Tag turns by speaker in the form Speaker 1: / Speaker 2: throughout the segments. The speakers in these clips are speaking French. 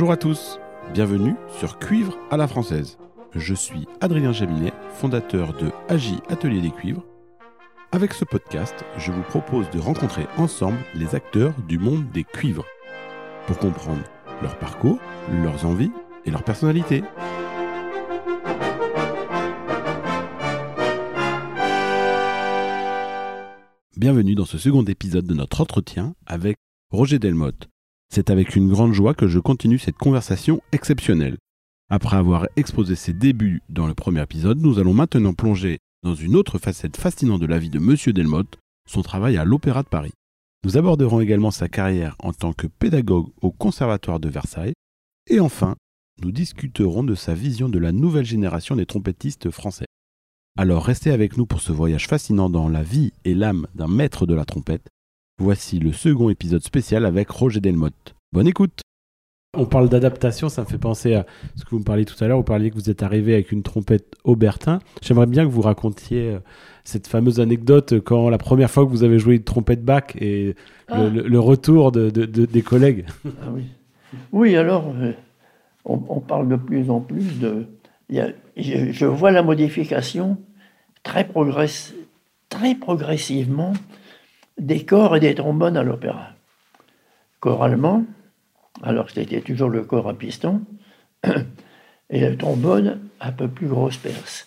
Speaker 1: Bonjour à tous, bienvenue sur Cuivre à la française. Je suis Adrien Jaminet, fondateur de AJ Atelier des Cuivres. Avec ce podcast, je vous propose de rencontrer ensemble les acteurs du monde des cuivres pour comprendre leur parcours, leurs envies et leur personnalité. Bienvenue dans ce second épisode de notre entretien avec Roger Delmotte. C'est avec une grande joie que je continue cette conversation exceptionnelle. Après avoir exposé ses débuts dans le premier épisode, nous allons maintenant plonger dans une autre facette fascinante de la vie de Monsieur Delmotte, son travail à l'Opéra de Paris. Nous aborderons également sa carrière en tant que pédagogue au Conservatoire de Versailles. Et enfin, nous discuterons de sa vision de la nouvelle génération des trompettistes français. Alors restez avec nous pour ce voyage fascinant dans la vie et l'âme d'un maître de la trompette. Voici le second épisode spécial avec Roger Delmotte. Bonne écoute! On parle d'adaptation, ça me fait penser à ce que vous me parliez tout à l'heure. Vous parliez que vous êtes arrivé avec une trompette Aubertin. J'aimerais bien que vous racontiez cette fameuse anecdote quand la première fois que vous avez joué une trompette Bach et le retour des collègues.
Speaker 2: Ah oui. Oui, alors, on parle de plus en plus de... Je vois la modification très progressivement des corps et des trombones à l'opéra. Corps allemand, alors que c'était toujours le corps à piston, et le trombone un peu plus grosse perce.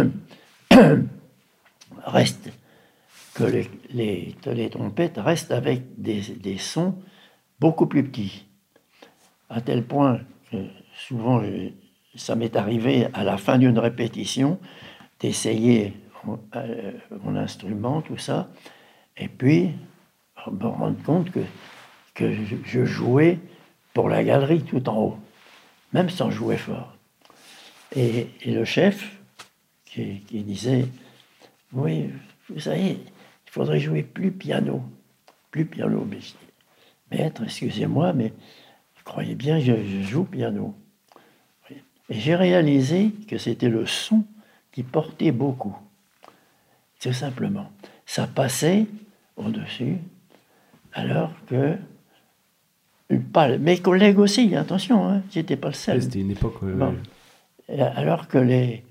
Speaker 2: Reste que les trompettes restent avec des sons beaucoup plus petits, à tel point que souvent ça m'est arrivé à la fin d'une répétition d'essayer mon instrument, tout ça, et puis me rendre compte que je jouais pour la galerie tout en haut, même sans jouer fort. Et le chef qui disait, oui, vous savez, il faudrait jouer plus piano. Mais je dis, maître, excusez-moi, mais croyez bien que je joue piano. Et j'ai réalisé que c'était le son qui portait beaucoup. Tout simplement. Ça passait au-dessus, alors que mes collègues aussi, attention, hein, j'étais pas le seul.
Speaker 1: C'était une époque...
Speaker 2: Bon. Alors que les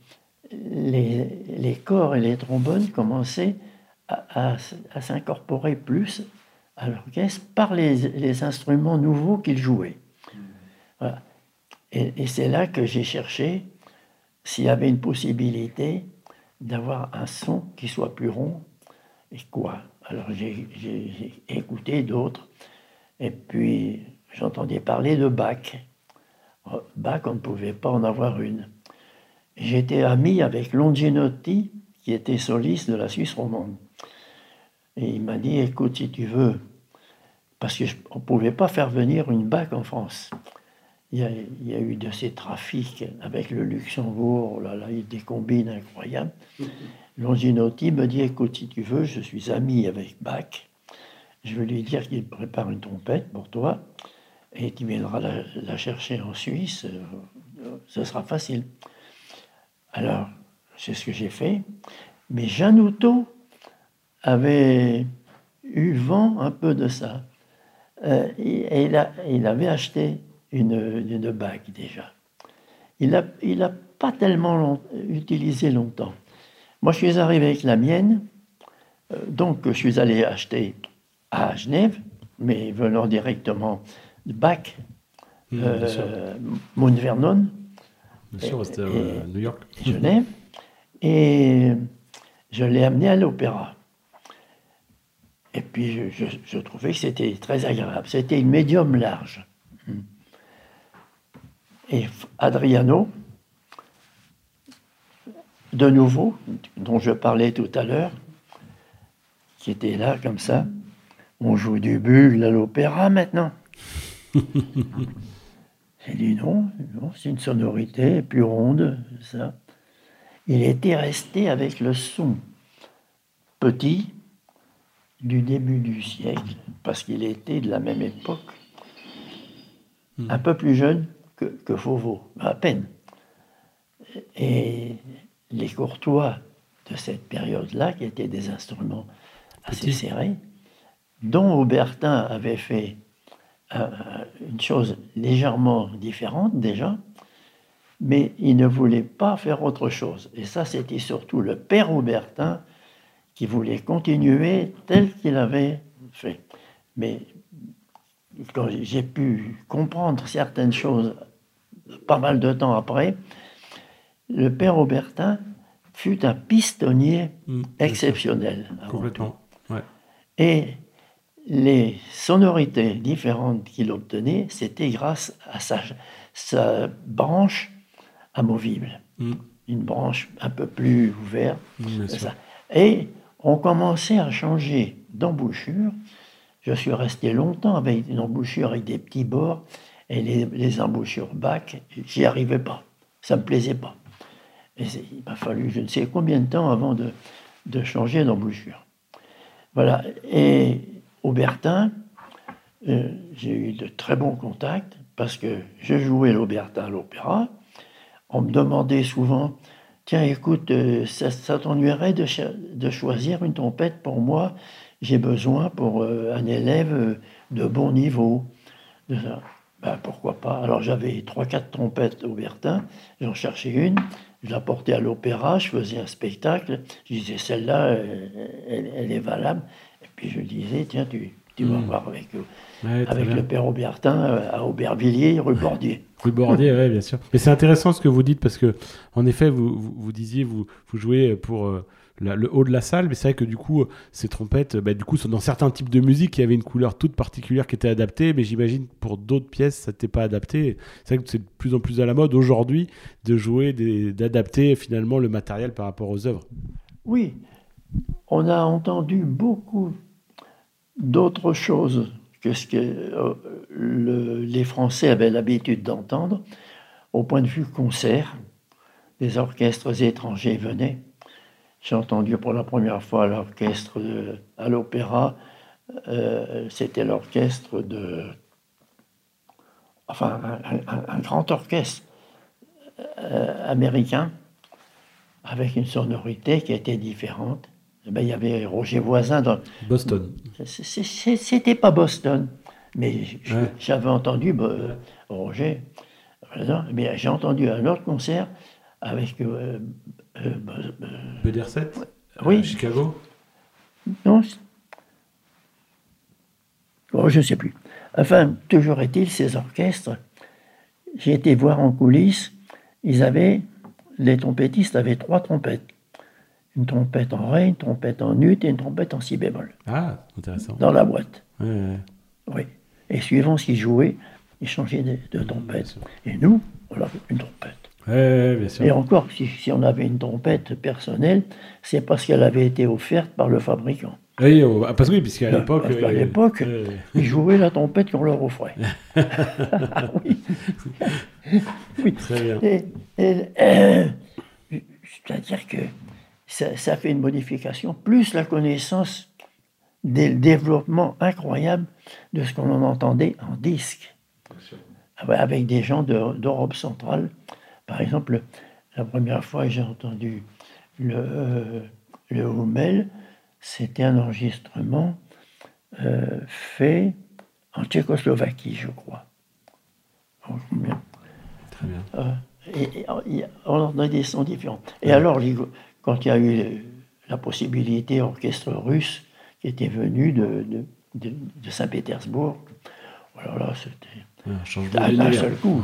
Speaker 2: corps et les trombones commençaient à s'incorporer plus à l'orchestre par les instruments nouveaux qu'ils jouaient. Voilà. Et c'est là que j'ai cherché s'il y avait une possibilité d'avoir un son qui soit plus rond. Et quoi? Alors j'ai écouté d'autres, et puis j'entendais parler de Bach. Bach, on ne pouvait pas en avoir une. J'étais ami avec Longinotti, qui était soliste de la Suisse romande. Et il m'a dit, écoute, si tu veux, parce qu'on ne pouvait pas faire venir une Bach en France. Il y a eu de ces trafics avec le Luxembourg, oh là, il y a des combines incroyables. Longinotti me dit, écoute, si tu veux, je suis ami avec Bach, je vais lui dire qu'il prépare une trompette pour toi, et tu viendras la chercher en Suisse, ce sera facile. Alors, c'est ce que j'ai fait, mais Jean Houtot avait eu vent un peu de ça, et il avait acheté une Bach déjà. Il a pas tellement utilisé longtemps. Moi, je suis arrivé avec la mienne, donc je suis allé acheter à Genève, mais venant directement de Bach, Mount Vernon,
Speaker 1: bien sûr, c'était New York,
Speaker 2: Genève, et je l'ai amené à l'opéra. Et puis je trouvais que c'était très agréable. C'était une médium large. Et Adriano, de nouveau, dont je parlais tout à l'heure, qui était là comme ça, on joue du bugle à l'opéra maintenant. J'ai dit non, c'est une sonorité plus ronde, ça. Il était resté avec le son petit du début du siècle, parce qu'il était de la même époque, un peu plus jeune que Fauveau, à peine. Et les courtois de cette période-là, qui étaient des instruments assez serrés, dont Aubertin avait fait une chose légèrement différente déjà, mais il ne voulait pas faire autre chose. Et ça, c'était surtout le père Aubertin qui voulait continuer tel qu'il avait fait. Mais quand j'ai pu comprendre certaines choses pas mal de temps après, le père Aubertin fut un pistonnier exceptionnel.
Speaker 1: Complètement. Ouais.
Speaker 2: Et les sonorités différentes qu'il obtenait, c'était grâce à sa branche amovible. Une branche un peu plus ouverte. Ça. Et on commençait à changer d'embouchure. Je suis resté longtemps avec une embouchure avec des petits bords et les embouchures Bach, j'y arrivais pas. Ça me plaisait pas. Et il m'a fallu je ne sais combien de temps avant de changer d'embouchure. Voilà. Et Aubertin, j'ai eu de très bons contacts parce que je jouais l'Aubertin à l'opéra. On me demandait souvent, tiens, écoute, ça t'ennuierait de choisir une trompette pour moi? J'ai besoin pour un élève de bon niveau. Ben, pourquoi pas? Alors j'avais 3-4 trompettes Aubertin, j'en cherchais une, je la portais à l'opéra, je faisais un spectacle, je disais celle-là, elle est valable. Et puis je disais, tiens, tu vas voir avec le père Aubertin à Aubervilliers, rue Bordier.
Speaker 1: Rue Bordier, oui, bien sûr. Mais c'est intéressant ce que vous dites parce que, en effet, vous disiez, vous jouez pour le haut de la salle, mais c'est vrai que du coup, ces trompettes, du coup, dans certains types de musique, il y avait une couleur toute particulière qui était adaptée, mais j'imagine pour d'autres pièces, ça n'était pas adapté. C'est vrai que c'est de plus en plus à la mode aujourd'hui de jouer, d'adapter finalement le matériel par rapport aux œuvres.
Speaker 2: Oui, on a entendu beaucoup d'autres choses que ce que les Français avaient l'habitude d'entendre au point de vue concert. Des orchestres étrangers venaient. J'ai entendu pour la première fois l'orchestre à l'opéra, c'était l'orchestre un grand orchestre américain avec une sonorité qui était différente. Il y avait Roger Voisin dans
Speaker 1: Boston.
Speaker 2: C'était pas Boston, mais j'avais entendu Roger. Mais j'ai entendu un autre concert avec
Speaker 1: Bederset,
Speaker 2: oui.
Speaker 1: Chicago.
Speaker 2: Non, je ne sais plus. Enfin, toujours est-il, ces orchestres, j'ai été voir en coulisses, les trompettistes avaient 3 trompettes. Une trompette en ré, une trompette en ut et une trompette en si bémol.
Speaker 1: Ah, intéressant.
Speaker 2: Dans la boîte.
Speaker 1: Ouais.
Speaker 2: Oui. Et suivant ce qu'ils jouaient, ils changeaient de trompette. Et nous, on avait une trompette.
Speaker 1: Oui, bien sûr.
Speaker 2: Et encore, si on avait une trompette personnelle, c'est parce qu'elle avait été offerte par le fabricant.
Speaker 1: Oui, parce que puisqu'à l'époque...
Speaker 2: Parce qu'à l'époque, ils jouaient la trompette qu'on leur offrait. Oui. Oui.
Speaker 1: Très bien.
Speaker 2: C'est-à-dire que ça fait une modification, plus la connaissance des développements incroyables de ce qu'on en entendait en disque. Avec des gens d'Europe centrale. Par exemple, la première fois que j'ai entendu le Hummel, c'était un enregistrement fait en Tchécoslovaquie, je crois.
Speaker 1: Très bien.
Speaker 2: Et on entendait des sons différents. Et alors, quand il y a eu la possibilité, orchestre russe qui était venu de Saint-Pétersbourg, alors là, c'était un seul coup.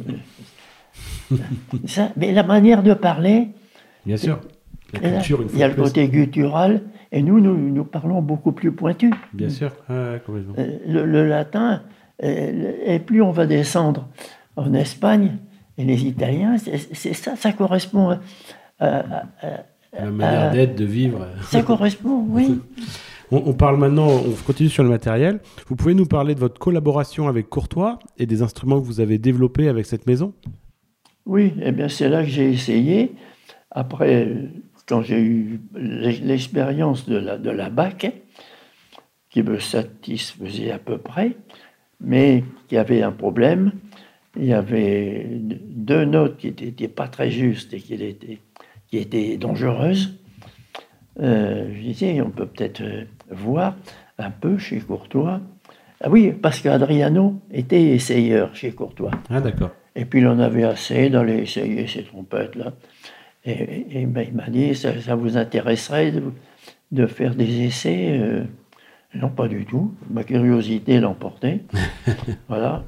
Speaker 2: Mais la manière de parler...
Speaker 1: Bien sûr. La culture,
Speaker 2: il y a le côté guttural, et nous parlons beaucoup plus pointu.
Speaker 1: Bien sûr, complètement.
Speaker 2: Le latin, et plus on va descendre en Espagne, et les Italiens, c'est ça correspond
Speaker 1: à la manière d'être, de vivre.
Speaker 2: Ça correspond, oui.
Speaker 1: On parle maintenant, on continue sur le matériel. Vous pouvez nous parler de votre collaboration avec Courtois et des instruments que vous avez développés avec cette maison?
Speaker 2: Oui, eh bien c'est là que j'ai essayé. Après, quand j'ai eu l'expérience de la Bach, qui me satisfaisait à peu près, mais qui avait un problème. Il y avait 2 notes qui n'étaient pas très justes et qui étaient dangereuses. Je disais, on peut peut-être voir un peu chez Courtois. Ah oui, parce qu'Adriano était essayeur chez Courtois.
Speaker 1: Ah, d'accord.
Speaker 2: Et puis il en avait assez d'aller essayer ces trompettes-là. Et ben, il m'a dit, ça vous intéresserait de faire des essais Non, pas du tout. Ma curiosité l'emportait. Voilà.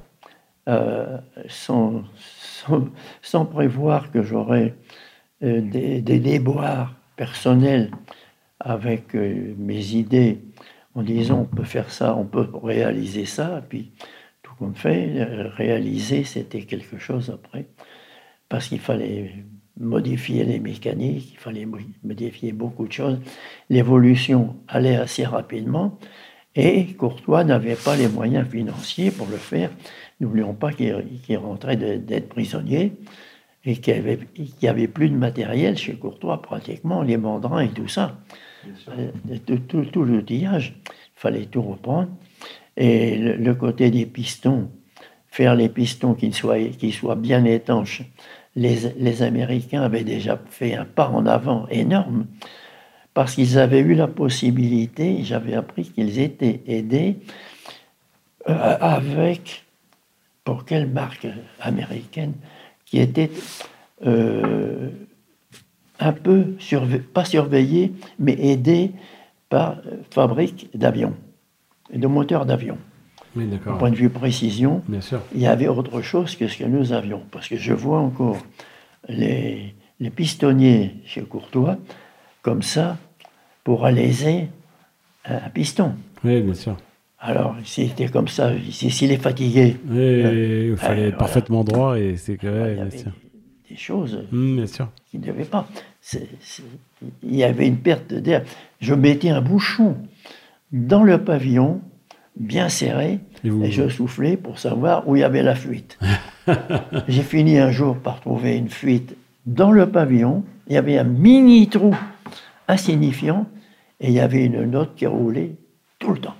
Speaker 2: Sans, sans prévoir que j'aurais des déboires personnels avec mes idées, en disant on peut faire ça, on peut réaliser ça, puis tout compte fait, réaliser c'était quelque chose après, parce qu'il fallait modifier les mécaniques, il fallait modifier beaucoup de choses. L'évolution allait assez rapidement et Courtois n'avait pas les moyens financiers pour le faire. N'oublions pas qu'il rentrait d'être prisonnier et qu'il n'y avait plus de matériel chez Courtois, pratiquement, les mandrins et tout ça. Tout l'outillage, il fallait tout reprendre. Et le côté des pistons, faire les pistons qui soient bien étanches. Les Américains avaient déjà fait un pas en avant énorme parce qu'ils avaient eu la possibilité, j'avais appris qu'ils étaient aidés avec, pour quelle marque américaine, qui était un peu, pas surveillée, mais aidée par fabrique d'avions, de moteurs d'avions.
Speaker 1: Oui,
Speaker 2: Du
Speaker 1: d'accord.
Speaker 2: point de vue précision,
Speaker 1: Bien sûr.
Speaker 2: il y avait autre chose que ce que nous avions. Parce que je vois encore les pistonniers chez Courtois, comme ça, pour alaiser un piston.
Speaker 1: Oui, bien sûr.
Speaker 2: Alors, s'il était comme ça, s'il est fatigué,
Speaker 1: Oui, il fallait être
Speaker 2: voilà.
Speaker 1: parfaitement droit et c'est que...
Speaker 2: il
Speaker 1: Ouais,
Speaker 2: y
Speaker 1: bien
Speaker 2: avait
Speaker 1: sûr.
Speaker 2: des choses
Speaker 1: Bien sûr.
Speaker 2: qui ne devaient pas. Il y avait une perte d'air. Je mettais un bouchon dans le pavillon, bien serré, et je soufflais pour savoir où il y avait la fuite. J'ai fini un jour par trouver une fuite dans le pavillon. Il y avait un mini trou insignifiant et il y avait une note qui roulait tout le temps.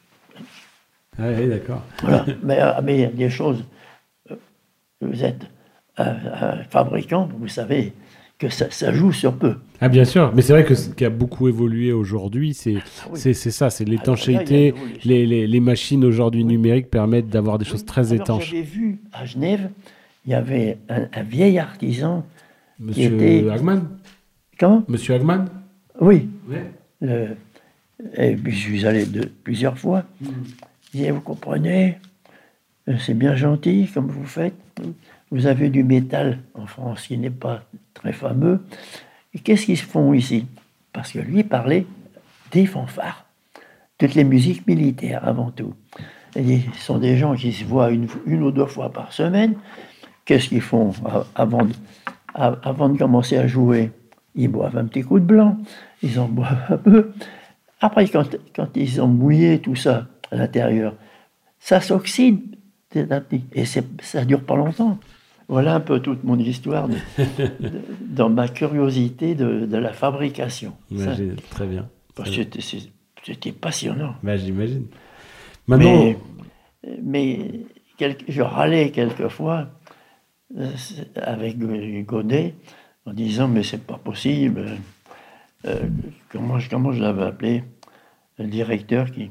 Speaker 1: Ah, oui, d'accord.
Speaker 2: Voilà. Mais il y a des choses. Vous êtes un fabricant, vous savez que ça joue sur peu.
Speaker 1: Ah, bien sûr. Mais c'est vrai que ce qui a beaucoup évolué aujourd'hui, c'est ça, c'est l'étanchéité.
Speaker 2: Alors là, il y a
Speaker 1: Les machines aujourd'hui numériques permettent d'avoir des choses très
Speaker 2: Alors,
Speaker 1: étanches.
Speaker 2: j'avais vu à Genève, il y avait un vieil artisan qui
Speaker 1: Monsieur
Speaker 2: était...
Speaker 1: Hagman
Speaker 2: Comment?
Speaker 1: Monsieur Hagman
Speaker 2: Oui.
Speaker 1: Oui.
Speaker 2: Et puis je suis allé plusieurs fois. Il disait, vous comprenez, c'est bien gentil comme vous faites. Vous avez du métal en France qui n'est pas très fameux. Et qu'est-ce qu'ils font ici? Parce que lui parlait des fanfares, toutes les musiques militaires avant tout. Et ce sont des gens qui se voient une ou deux fois par semaine. Qu'est-ce qu'ils font avant de commencer à jouer? Ils boivent un petit coup de blanc, ils en boivent un peu. Après, quand ils ont mouillé tout ça à l'intérieur, ça s'oxyde petit à petit. Et ça ne dure pas longtemps. Voilà un peu toute mon histoire dans ma curiosité de la fabrication.
Speaker 1: Très bien.
Speaker 2: Parce que c'était passionnant.
Speaker 1: J'imagine. Maintenant...
Speaker 2: Mais je râlais quelquefois avec Godet en disant mais c'est pas possible. Comment je l'avais appelé? Le directeur qui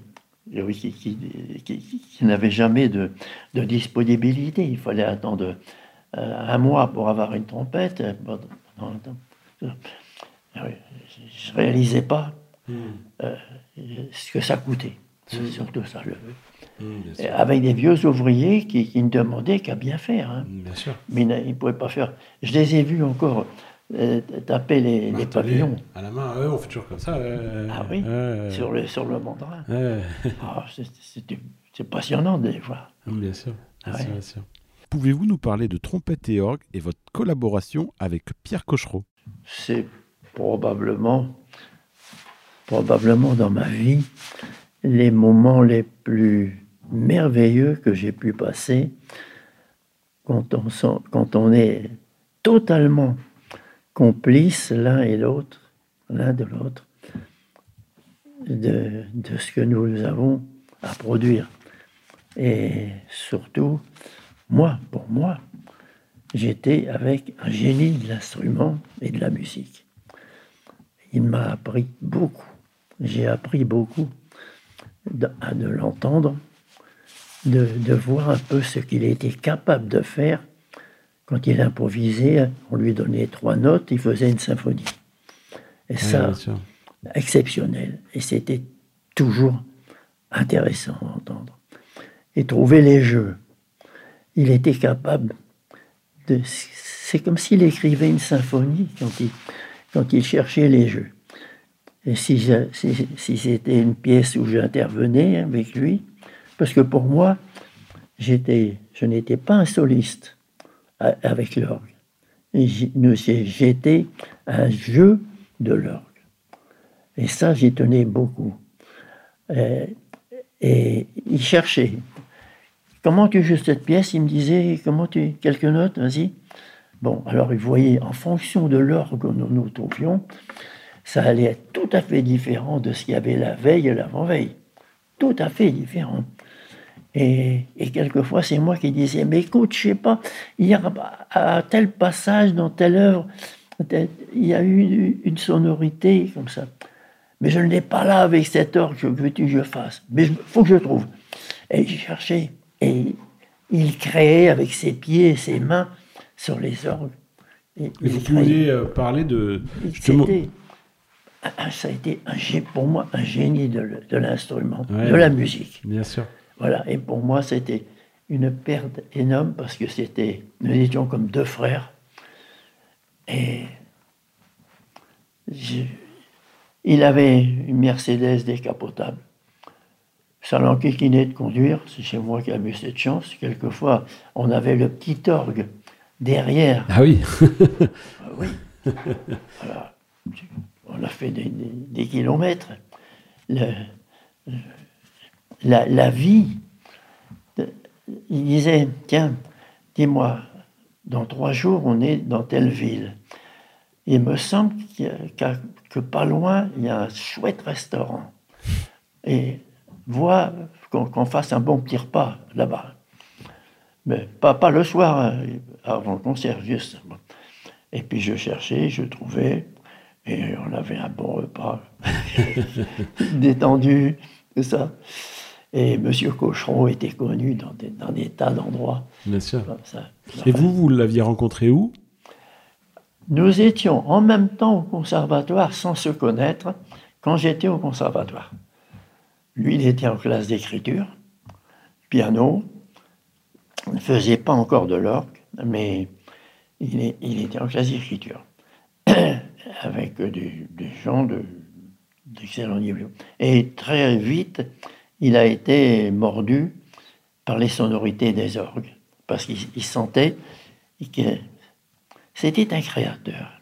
Speaker 2: n'avait jamais de disponibilité. Il fallait attendre un mois pour avoir une trompette. Je ne réalisais pas ce que ça coûtait. C'est surtout ça. Avec des vieux ouvriers qui ne demandaient qu'à bien faire. Hein.
Speaker 1: Bien sûr.
Speaker 2: Mais ils ne pouvaient pas faire. Je les ai vus encore taper les pavillons.
Speaker 1: À la main, on fait toujours comme ça.
Speaker 2: Ah oui, sur le mandrin. Ah, c'est passionnant de les voir.
Speaker 1: Bien sûr. Bien sûr. Pouvez-vous nous parler de trompette et orgue et votre collaboration avec Pierre Cochereau?
Speaker 2: C'est probablement dans ma vie les moments les plus merveilleux que j'ai pu passer quand on est totalement complices l'un de l'autre, de ce que nous avons à produire. Et surtout, pour moi, j'étais avec un génie de l'instrument et de la musique. Il m'a appris beaucoup. J'ai appris beaucoup de l'entendre de voir un peu ce qu'il était capable de faire. Quand il improvisait, on lui donnait 3 notes, il faisait une symphonie. Et ça, exceptionnel. Et c'était toujours intéressant à entendre. Et trouver les jeux. Il était capable de... C'est comme s'il écrivait une symphonie quand il cherchait les jeux. Et si c'était une pièce où j'intervenais avec lui, parce que pour moi, je n'étais pas un soliste avec l'orgue. J'étais un jeu de l'orgue. Et ça, j'y tenais beaucoup. Et il cherchait. Comment tu joues cette pièce? Il me disait, quelques notes, vas-y. Bon, alors il voyait, en fonction de l'orgue où nous trouvions, ça allait être tout à fait différent de ce qu'il y avait la veille et l'avant-veille. Tout à fait différent. Et quelquefois, c'est moi qui disais, mais écoute, je sais pas, il y a à tel passage dans telle œuvre, il y a eu une sonorité comme ça. Mais je ne l'ai pas là avec cet orgue, que veux-tu que je fasse? Mais il faut que je trouve. Et j'ai cherché. Et il créait avec ses pieds et ses mains sur les orgues.
Speaker 1: Et vous pouviez parler de...
Speaker 2: Ça a été pour moi un génie de l'instrument,
Speaker 1: ouais,
Speaker 2: de la musique.
Speaker 1: Bien sûr.
Speaker 2: Voilà. Et pour moi, c'était une perte énorme parce que nous étions comme 2 frères. Et il avait une Mercedes décapotable. Ça l'enquiquinait de conduire, c'est chez moi qui a eu cette chance. Quelquefois, on avait le petit orgue derrière.
Speaker 1: Ah oui.
Speaker 2: Oui. Voilà. On a fait des kilomètres. La vie, il disait, tiens, dis-moi, dans 3 jours, on est dans telle ville. Il me semble que pas loin, il y a un chouette restaurant. Et vois qu'on fasse un bon petit repas là-bas. Mais pas le soir, avant le concert, juste. Et puis je cherchais, je trouvais, et on avait un bon repas, détendu, tout ça. Et M. Cocheron était connu dans des tas d'endroits.
Speaker 1: Bien sûr.
Speaker 2: Comme ça.
Speaker 1: Et vous l'aviez rencontré où?
Speaker 2: Nous étions en même temps au conservatoire sans se connaître quand j'étais au conservatoire. Lui, il était en classe d'écriture, piano, il ne faisait pas encore de l'orgue, mais il était en classe d'écriture, avec des gens d'excellent niveau. Et très vite, il a été mordu par les sonorités des orgues, parce qu'il sentait que c'était un créateur.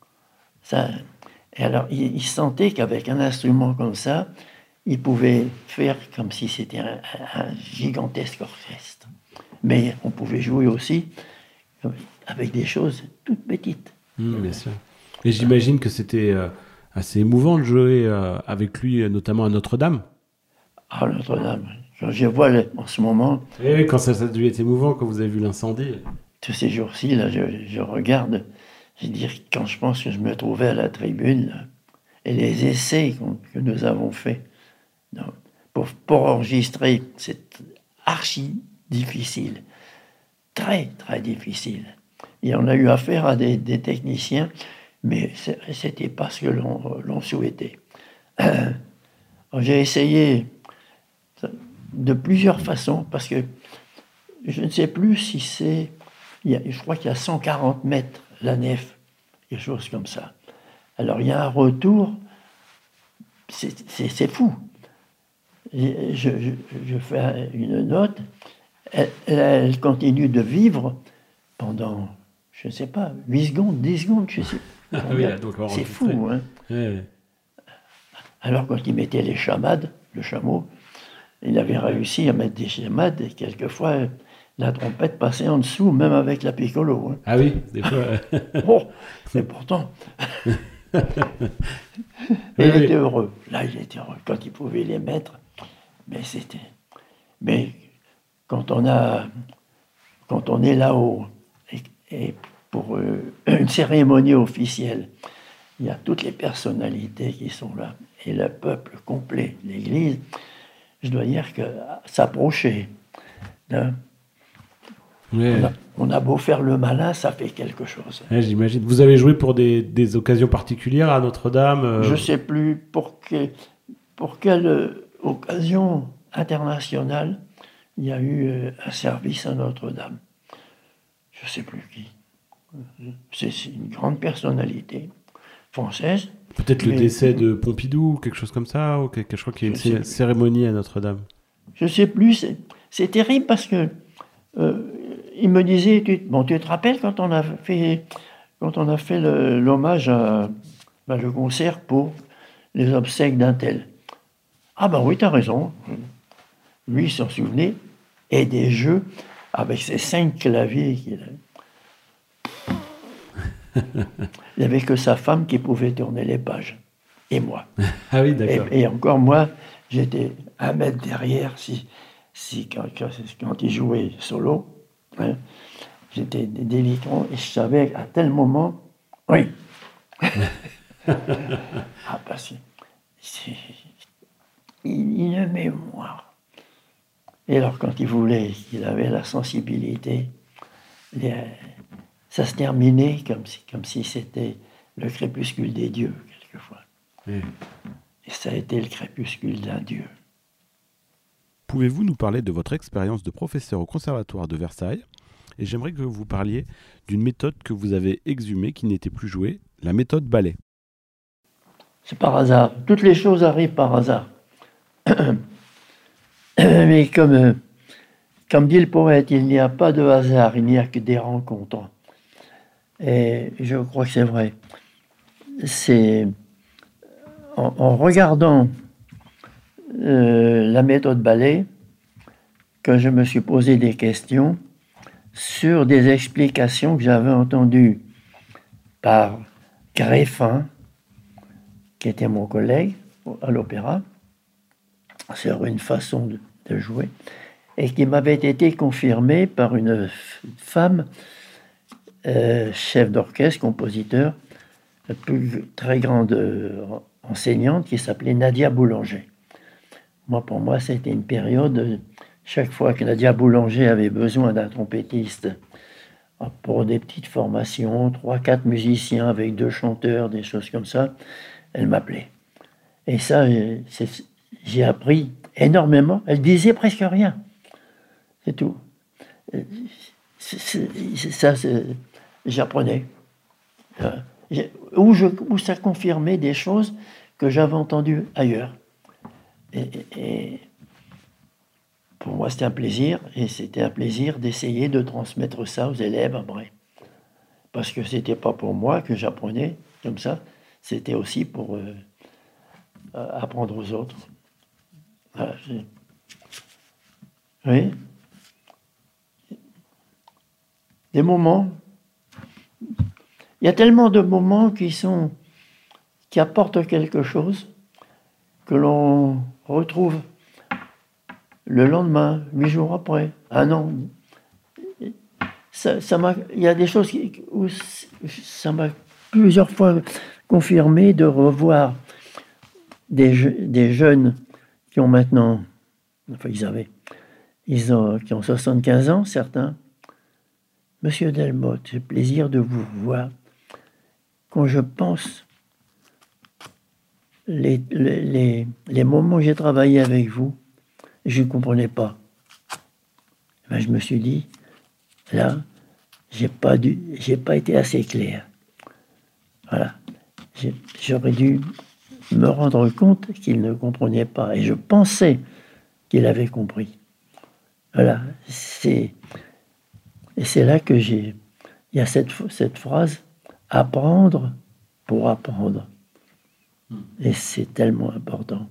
Speaker 2: Et alors, il sentait qu'avec un instrument comme ça, il pouvait faire comme si c'était un gigantesque orchestre. Mais on pouvait jouer aussi avec des choses toutes petites.
Speaker 1: Bien sûr. Et j'imagine que c'était assez émouvant de jouer avec lui, notamment à Notre-Dame.
Speaker 2: Ah, Notre-Dame. Quand je vois en ce moment...
Speaker 1: Oui, quand ça a dû être émouvant, quand vous avez vu l'incendie.
Speaker 2: Tous ces jours-ci, là, je regarde, je veux dire, quand je pense que je me trouvais à la tribune, là, et les essais que nous avons faits, pour enregistrer, c'est archi difficile. Très, très difficile. Et on a eu affaire à des techniciens, mais c'était pas ce que l'on souhaitait. J'ai essayé de plusieurs façons, parce que je ne sais plus si c'est... Je crois qu'il y a 140 mètres la nef, quelque chose comme ça. Alors il y a un retour, c'est fou. Je fais une note, elle continue de vivre pendant, je ne sais pas, 8 secondes, 10 secondes, je sais pas.
Speaker 1: Oui,
Speaker 2: c'est fou, hein.
Speaker 1: Ouais.
Speaker 2: Alors quand il mettait les chamades, le chameau, il avait réussi à mettre des chamades et quelquefois la trompette passait en dessous, même avec la piccolo. Hein.
Speaker 1: Ah oui, des fois.
Speaker 2: Oh, mais pourtant... Et il était heureux. Là, il était heureux quand il pouvait les mettre. Mais quand on est là-haut et pour une cérémonie officielle, il y a toutes les personnalités qui sont là et le peuple complet, l'Église. Je dois dire que s'approcher Hein.
Speaker 1: Ouais.
Speaker 2: On a beau faire le malin, ça fait quelque chose.
Speaker 1: Ouais, j'imagine. Vous avez joué pour des occasions particulières à Notre-Dame
Speaker 2: Je ne sais plus pour quelle occasion internationale il y a eu un service à Notre-Dame. Je ne sais plus qui. C'est une grande personnalité française.
Speaker 1: Peut-être le décès de Pompidou, quelque chose comme ça, ou je crois qu'il y a une cérémonie à Notre-Dame.
Speaker 2: Je ne sais plus. C'est terrible parce que il me disait, tu te rappelles quand on a fait l'hommage le concert pour les obsèques d'un tel. Ah ben oui, tu as raison. Lui, il s'en souvenait. Et des jeux avec ses 5 claviers qu'il avait. Il n'y avait que sa femme qui pouvait tourner les pages. Et moi.
Speaker 1: Ah oui, d'accord.
Speaker 2: Et encore moi, j'étais 1 mètre derrière quand il jouait solo. Hein, j'étais délicat et je savais à tel moment, oui. Ah, parce que c'est une mémoire. Et alors, quand il voulait, qu'il avait la sensibilité, ça se terminait comme si c'était le crépuscule des dieux, quelquefois.
Speaker 1: Oui.
Speaker 2: Et ça a été le crépuscule d'un dieu.
Speaker 1: Pouvez-vous nous parler de votre expérience de professeur au Conservatoire de Versailles? Et j'aimerais que vous parliez d'une méthode que vous avez exhumée, qui n'était plus jouée, la méthode ballet.
Speaker 2: C'est par hasard. Toutes les choses arrivent par hasard. Mais comme dit le poète, il n'y a pas de hasard, il n'y a que des rencontres. Et je crois que c'est vrai. C'est en regardant la méthode ballet que je me suis posé des questions sur des explications que j'avais entendues par Greffin, qui était mon collègue à l'opéra, sur une façon de jouer, et qui m'avait été confirmée par une femme, chef d'orchestre, compositeur, la plus très grande enseignante, qui s'appelait Nadia Boulanger. Pour moi, c'était une période, chaque fois que Nadia Boulanger avait besoin d'un trompettiste pour des petites formations, 3-4 musiciens avec 2 chanteurs, des choses comme ça, elle m'appelait. Et ça, j'ai appris énormément. Elle disait presque rien. C'est tout. J'apprenais. Où ça confirmait des choses que j'avais entendues ailleurs. Et pour moi, c'était un plaisir. Et c'était un plaisir d'essayer de transmettre ça aux élèves après. Parce que c'était pas pour moi que j'apprenais comme ça. C'était aussi pour apprendre aux autres. Voilà, oui. Des moments. Il y a tellement de moments qui apportent quelque chose que l'on retrouve le lendemain, 8 jours après, 1 an. Il y a des choses où ça m'a plusieurs fois confirmé de revoir des jeunes qui ont maintenant, enfin qui ont 75 ans, certains. Monsieur Delmotte, j'ai plaisir de vous voir. Quand je pense les moments où j'ai travaillé avec vous, je ne comprenais pas. Ben, je me suis dit, là, j'ai pas été assez clair. Voilà. J'aurais dû me rendre compte qu'il ne comprenait pas. Et je pensais qu'il avait compris. Voilà. Et c'est là que il y a cette phrase, apprendre pour apprendre. Et c'est tellement important.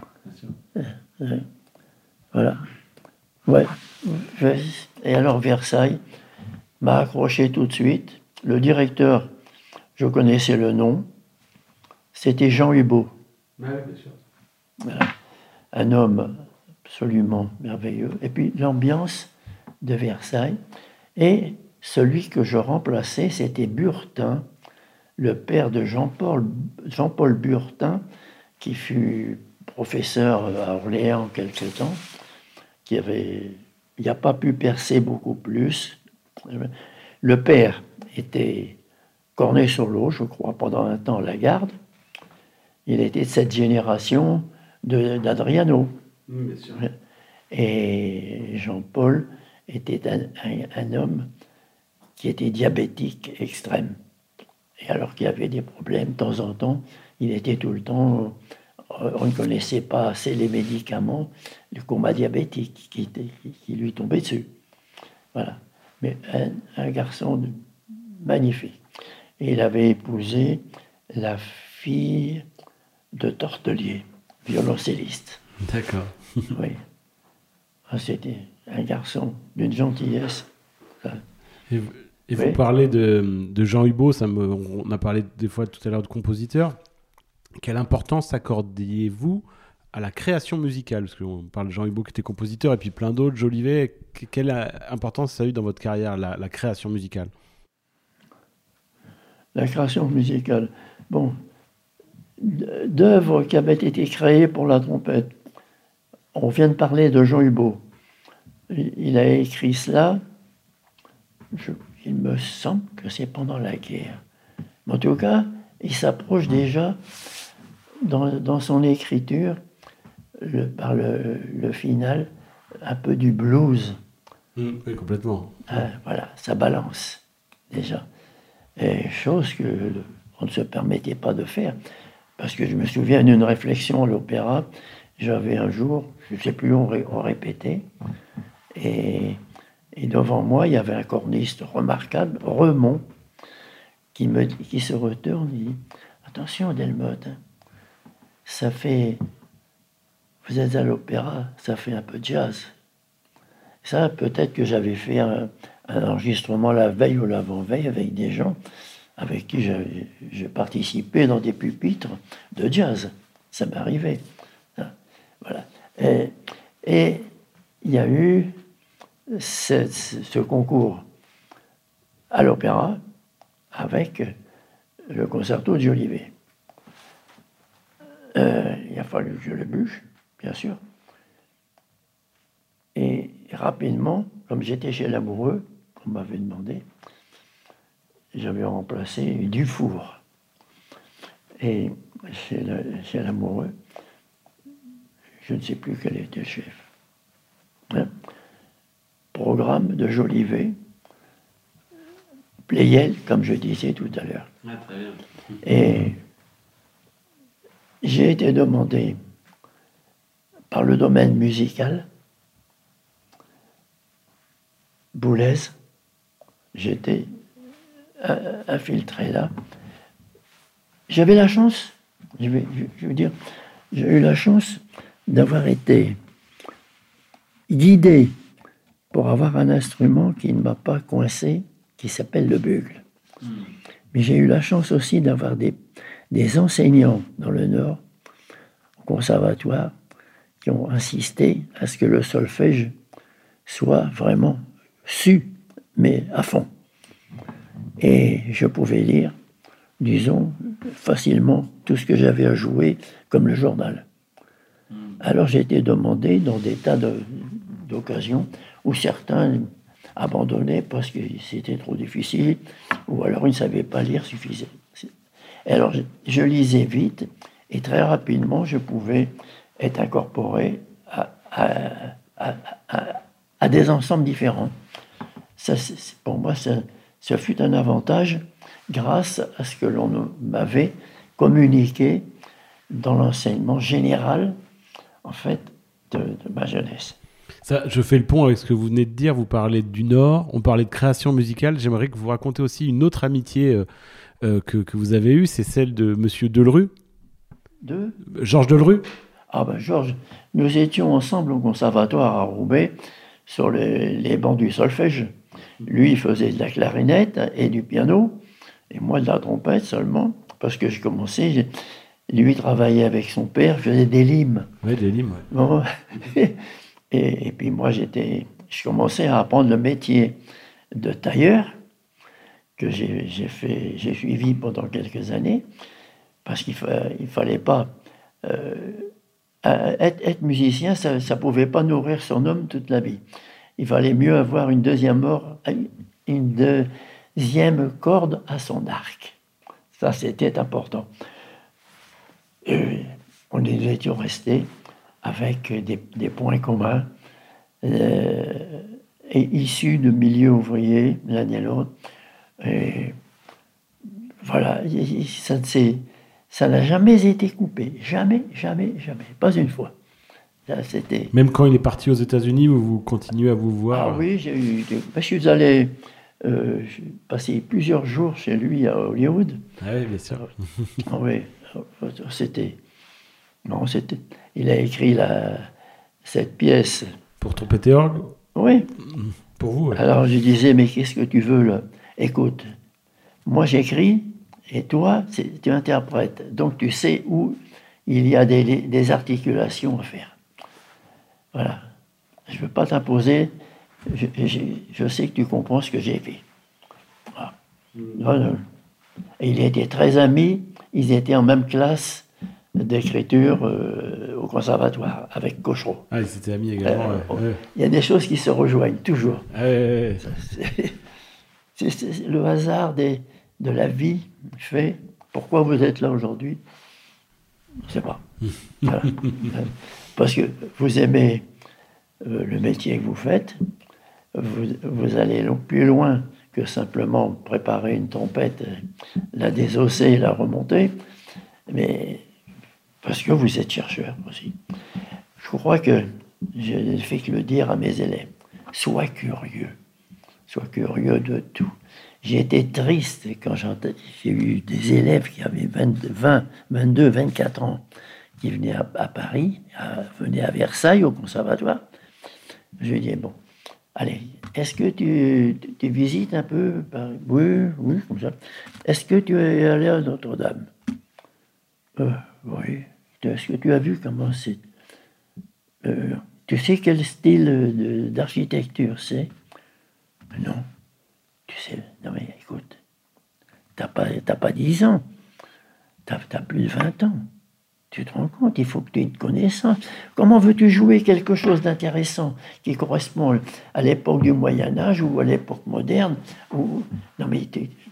Speaker 2: Voilà. Ouais. Et alors Versailles m'a accroché tout de suite. Le directeur, je connaissais le nom, c'était Jean Hubaut.
Speaker 1: Oui, bien sûr.
Speaker 2: Voilà. Un homme absolument merveilleux. Et puis l'ambiance de Versailles. Et celui que je remplaçais, c'était Burtin, le père de Jean-Paul Burtin, qui fut professeur à Orléans quelque temps, qui avait il n'a pas pu percer beaucoup plus. Le père était Cornet-sur-l'Eau, je crois, pendant un temps à la Garde. Il était de cette génération d'Adriano.
Speaker 1: Bien sûr.
Speaker 2: Et Jean-Paul était un homme qui était diabétique extrême. Et alors qu'il avait des problèmes de temps en temps, il était tout le temps, on ne connaissait pas assez les médicaments, le coma diabétique qui lui tombait dessus. Voilà. Mais un garçon magnifique. Et il avait épousé la fille de Tortelier, violoncelliste.
Speaker 1: D'accord.
Speaker 2: Oui. Ah, c'était un garçon d'une gentillesse.
Speaker 1: Et
Speaker 2: Oui.
Speaker 1: vous parlez de Jean Hubot, on a parlé des fois tout à l'heure de compositeur. Quelle importance accordiez-vous à la création musicale? Parce qu'on parle de Jean Hubot qui était compositeur et puis plein d'autres, Jolivet. Quelle importance ça a eu dans votre carrière, la création musicale?
Speaker 2: La création musicale. Bon, d'œuvres qui avaient été créées pour la trompette. On vient de parler de Jean Hubot. Il a écrit cela, il me semble que c'est pendant la guerre. Mais en tout cas, il s'approche déjà dans son écriture, par le final, un peu du blues.
Speaker 1: Oui, complètement.
Speaker 2: Voilà, ça balance déjà. Et chose qu'on ne se permettait pas de faire. Parce que je me souviens d'une réflexion à l'opéra. J'avais un jour, je ne sais plus où on répétait, et devant moi, il y avait un corniste remarquable, Remond, qui se retourne et dit « Attention, Delmotte, ça fait... Vous êtes à l'opéra, ça fait un peu de jazz. » Ça, peut-être que j'avais fait un enregistrement la veille ou l'avant-veille avec des gens avec qui j'ai participé dans des pupitres de jazz. Ça m'arrivait. Voilà. Et il y a eu ce concours à l'opéra avec le concerto de Jolivet. Il a fallu que je le bûche, bien sûr. Et rapidement, comme j'étais chez l'amoureux, qu'on m'avait demandé, j'avais remplacé Dufour. Et chez l'amoureux, je ne sais plus quel était le chef. Hein? Programme de Jolivet, Pleyel, comme je disais tout à l'heure.
Speaker 1: Ah, très bien.
Speaker 2: Et j'ai été demandé par le domaine musical, Boulez, j'étais infiltré là. J'avais la chance, je veux dire, j'ai eu la chance d'avoir été guidé pour avoir un instrument qui ne m'a pas coincé, qui s'appelle le bugle. Mais j'ai eu la chance aussi d'avoir des enseignants dans le Nord, au conservatoire, qui ont insisté à ce que le solfège soit vraiment su, mais à fond. Et je pouvais lire, disons, facilement tout ce que j'avais à jouer, comme le journal. Alors j'ai été demandé dans des tas d'occasions où certains abandonnaient parce que c'était trop difficile, ou alors ils ne savaient pas lire suffisamment. Alors je lisais vite, et très rapidement je pouvais être incorporé à des ensembles différents. Ça, pour moi, ça fut un avantage grâce à ce que l'on m'avait communiqué dans l'enseignement général, en fait, de ma jeunesse.
Speaker 1: Ça, je fais le pont avec ce que vous venez de dire. Vous parlez du Nord, on parlait de création musicale. J'aimerais que vous racontiez aussi une autre amitié que vous avez eue, c'est celle de Monsieur Delerue. Georges Delerue.
Speaker 2: Ah ben Georges, nous étions ensemble au conservatoire à Roubaix sur les bancs du solfège. Lui, il faisait de la clarinette et du piano, et moi de la trompette seulement, parce que je commençais, lui travaillait avec son père, faisait des limes.
Speaker 1: Oui, des limes, ouais.
Speaker 2: Bon, et puis moi, je commençais à apprendre le métier de tailleur, que j'ai suivi pendant quelques années, parce qu'il fallait pas... être musicien, ça ne pouvait pas nourrir son homme toute la vie. il valait mieux avoir une deuxième corde à son arc. Ça, c'était important. Et nous étions restés avec des points communs, et issus de milieux ouvriers, l'un et l'autre. Et voilà, ça n'a jamais été coupé. Jamais, jamais, jamais. Pas une fois. Ça, c'était...
Speaker 1: Même quand il est parti aux États-Unis, vous continuez à vous voir?
Speaker 2: Ah oui, je suis allé passer plusieurs jours chez lui à Hollywood.
Speaker 1: Ah oui, bien sûr.
Speaker 2: Ah oui, c'était... Non, c'était... Il a écrit cette pièce.
Speaker 1: Pour trompette et orgue?
Speaker 2: Oui.
Speaker 1: Pour vous, ouais.
Speaker 2: Alors je disais, mais qu'est-ce que tu veux là? Écoute, moi j'écris et toi tu interprètes. Donc tu sais où il y a des articulations à faire. Voilà. Je ne veux pas t'imposer. Je sais que tu comprends ce que j'ai fait. Voilà. Voilà. Et il était très ami. Ils étaient en même classe d'écriture au conservatoire avec Cochereau.
Speaker 1: Ah, ils étaient amis également. Ouais.
Speaker 2: Il y a des choses qui se rejoignent toujours.
Speaker 1: Ouais.
Speaker 2: C'est le hasard de la vie fait. Pourquoi vous êtes là aujourd'hui? Je ne sais pas. Voilà. Parce que vous aimez le métier que vous faites, vous allez plus loin que simplement préparer une trompette, la désosser, la remonter, mais parce que vous êtes chercheur aussi. Je crois que je ne fais que le dire à mes élèves. Sois curieux de tout. J'ai été triste quand j'ai eu des élèves qui avaient 22, 24 ans, qui venaient à Paris, venaient à Versailles au conservatoire. Je lui dis, bon, allez, est-ce que tu visites un peu Paris? Oui, comme ça. Est-ce que tu es allé à Notre-Dame? Oui. Est-ce que tu as vu comment c'est? Tu sais quel style d'architecture c'est? Non. Tu sais, non mais écoute, t'as pas 10 ans, t'as plus de 20 ans. Tu te rends compte, il faut que tu aies une connaissance. Comment veux-tu jouer quelque chose d'intéressant qui correspond à l'époque du Moyen-Âge ou à l'époque moderne Non mais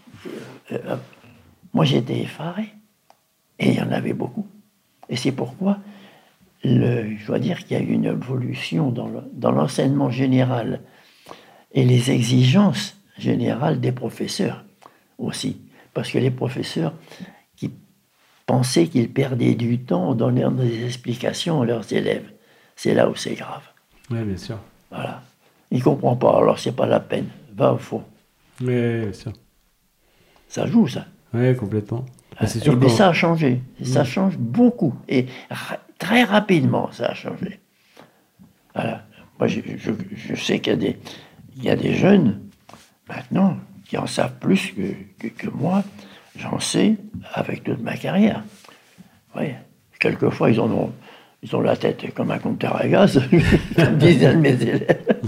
Speaker 2: moi j'étais effaré. Et il y en avait beaucoup. Et c'est pourquoi je dois dire qu'il y a eu une évolution dans l'enseignement général et les exigences générales des professeurs aussi. Parce que les professeurs qui pensaient qu'ils perdaient du temps en donnant des explications à leurs élèves, c'est là où c'est grave.
Speaker 1: Oui, bien sûr.
Speaker 2: Voilà. Il ne comprend pas, alors c'est pas la peine. Va au fond.
Speaker 1: Oui, bien sûr.
Speaker 2: Ça joue, ça.
Speaker 1: Oui, complètement.
Speaker 2: C'est sûr mais ça a changé. Ça change beaucoup. Et très rapidement, ça a changé. Voilà. Moi, je sais qu'il y a des jeunes, maintenant, qui en savent plus que moi. J'en sais avec toute ma carrière. Oui. Quelquefois, ils ont la tête comme un compteur à gaz, comme disaient mes élèves.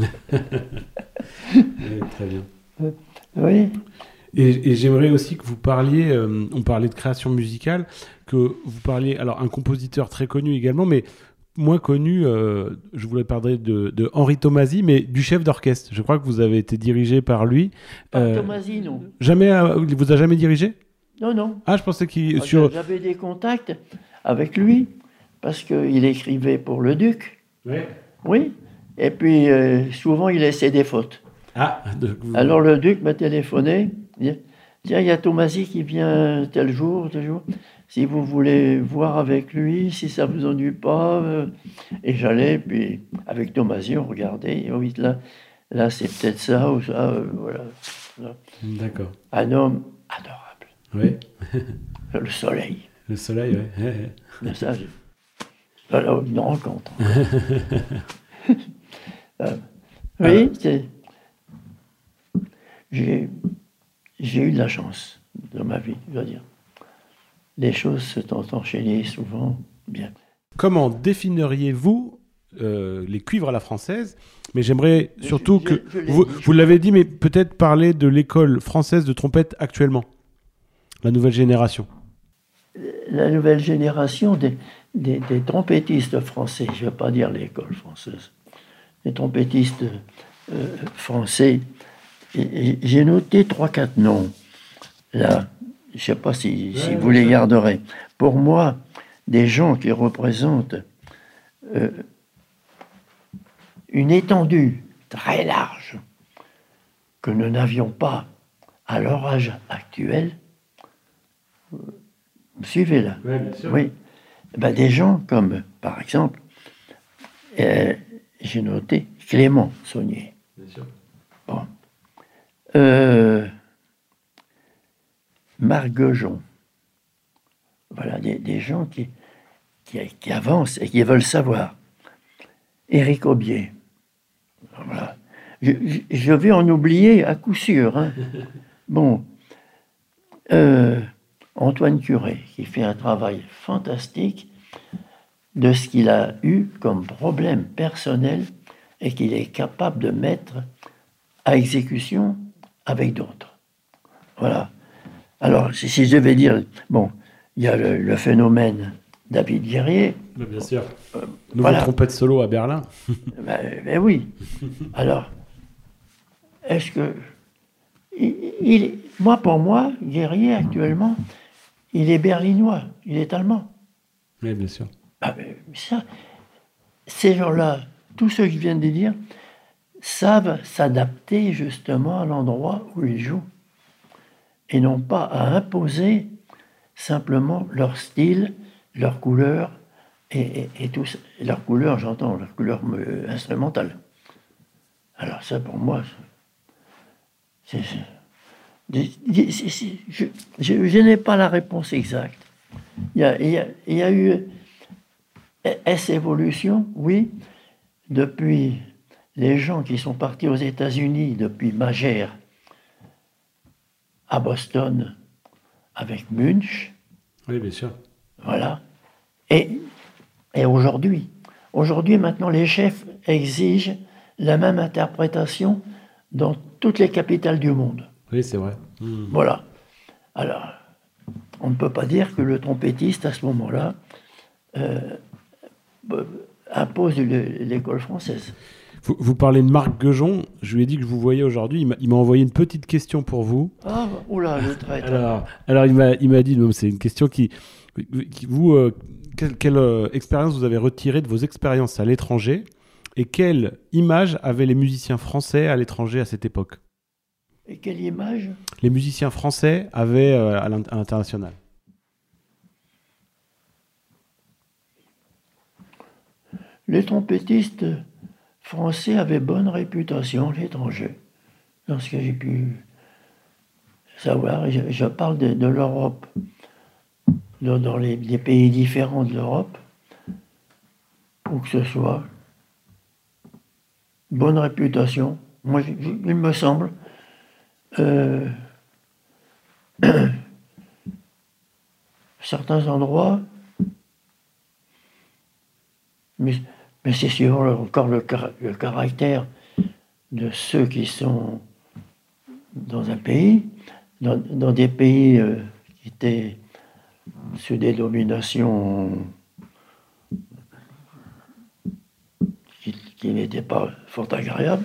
Speaker 1: Oui, très bien.
Speaker 2: Oui.
Speaker 1: Et j'aimerais aussi que vous parliez, on parlait de création musicale, que vous parliez, alors un compositeur très connu également, mais moins connu, je voulais parler de Henri Tomasi, mais du chef d'orchestre. Je crois que vous avez été dirigé par lui.
Speaker 2: Tomasi, non.
Speaker 1: Jamais, il vous a jamais dirigé?
Speaker 2: Non.
Speaker 1: Ah, je pensais qu'il...
Speaker 2: J'avais des contacts avec lui, parce qu'il écrivait pour le Duc. Oui. Et puis, souvent, il laissait des fautes.
Speaker 1: Ah,
Speaker 2: alors le Duc m'a téléphoné. Tiens, il y a Tomasi qui vient tel jour. Si vous voulez voir avec lui, si ça vous ennuie pas. Et j'allais, puis avec Tomasi, on regardait. Oui, là c'est peut-être ça ou ça. Voilà.
Speaker 1: D'accord.
Speaker 2: Un homme adorable.
Speaker 1: Oui.
Speaker 2: Le soleil.
Speaker 1: Le soleil, oui.
Speaker 2: Mais ça, voilà, une rencontre. Oui, j'ai eu de la chance dans ma vie, je dois dire. Les choses se sont enchaînées souvent bien.
Speaker 1: Comment définiriez-vous les cuivres à la française? Mais j'aimerais surtout que... Vous l'avez dit, mais peut-être parler de l'école française de trompette actuellement. La nouvelle génération.
Speaker 2: La nouvelle génération des trompettistes français, je ne vais pas dire l'école française, les trompettistes français. Et j'ai noté 3-4 noms. Là, je ne sais pas si vous les garderez. Pour moi, des gens qui représentent une étendue très large que nous n'avions pas à leur âge actuel. Vous suivez là?
Speaker 1: Oui, bien sûr.
Speaker 2: Oui. Ben, des gens comme, par exemple, j'ai noté Clément Saunier.
Speaker 1: Bien sûr.
Speaker 2: Bon. Marc Guejon. Voilà, des gens qui avancent et qui veulent savoir. Éric Aubier. Voilà. Je vais en oublier à coup sûr. Hein. Bon. Antoine Curé, qui fait un travail fantastique de ce qu'il a eu comme problème personnel et qu'il est capable de mettre à exécution avec d'autres. Voilà. Alors, si je devais dire, bon, il y a le phénomène David Guerrier.
Speaker 1: Mais bien sûr. Nouveau trompette solo à Berlin.
Speaker 2: Ben oui. Alors, est-ce que... pour moi, Guerrier, actuellement, il est berlinois, il est allemand.
Speaker 1: Oui, bien sûr.
Speaker 2: Ces gens-là, tous ceux qui viennent de dire, savent s'adapter justement à l'endroit où ils jouent et non pas à imposer simplement leur style, leur couleur et tout ça. Leur couleur, j'entends, leur couleur instrumentale. Alors ça, pour moi, je n'ai pas la réponse exacte. Il y a eu est-ce évolution? Oui. Depuis les gens qui sont partis aux États-Unis, depuis Magère à Boston avec Munch.
Speaker 1: Oui, bien sûr.
Speaker 2: Voilà. Et aujourd'hui, maintenant, les chefs exigent la même interprétation dans toutes les capitales du monde.
Speaker 1: Oui, c'est vrai.
Speaker 2: Voilà. Alors, on ne peut pas dire que le trompettiste, à ce moment-là, impose l'école française.
Speaker 1: Vous parlez de Marc Guejon, je lui ai dit que je vous voyais aujourd'hui, il m'a envoyé une petite question pour vous.
Speaker 2: Ah, oula, le traître.
Speaker 1: Alors il m'a dit, c'est une question qui vous, quelle expérience vous avez retirée de vos expériences à l'étranger et quelle image avaient les musiciens français à l'étranger à cette époque?
Speaker 2: Et quelle image
Speaker 1: les musiciens français avaient à l'international?
Speaker 2: Les trompettistes français avaient bonne réputation à l'étranger, dans ce que j'ai pu savoir. Je parle de l'Europe, dans les pays différents de l'Europe, où que ce soit. Bonne réputation. Moi, il me semble. Certains endroits, mais c'est suivant encore le caractère de ceux qui sont dans un pays, dans des pays qui étaient sous des dominations qui n'étaient pas fort agréables.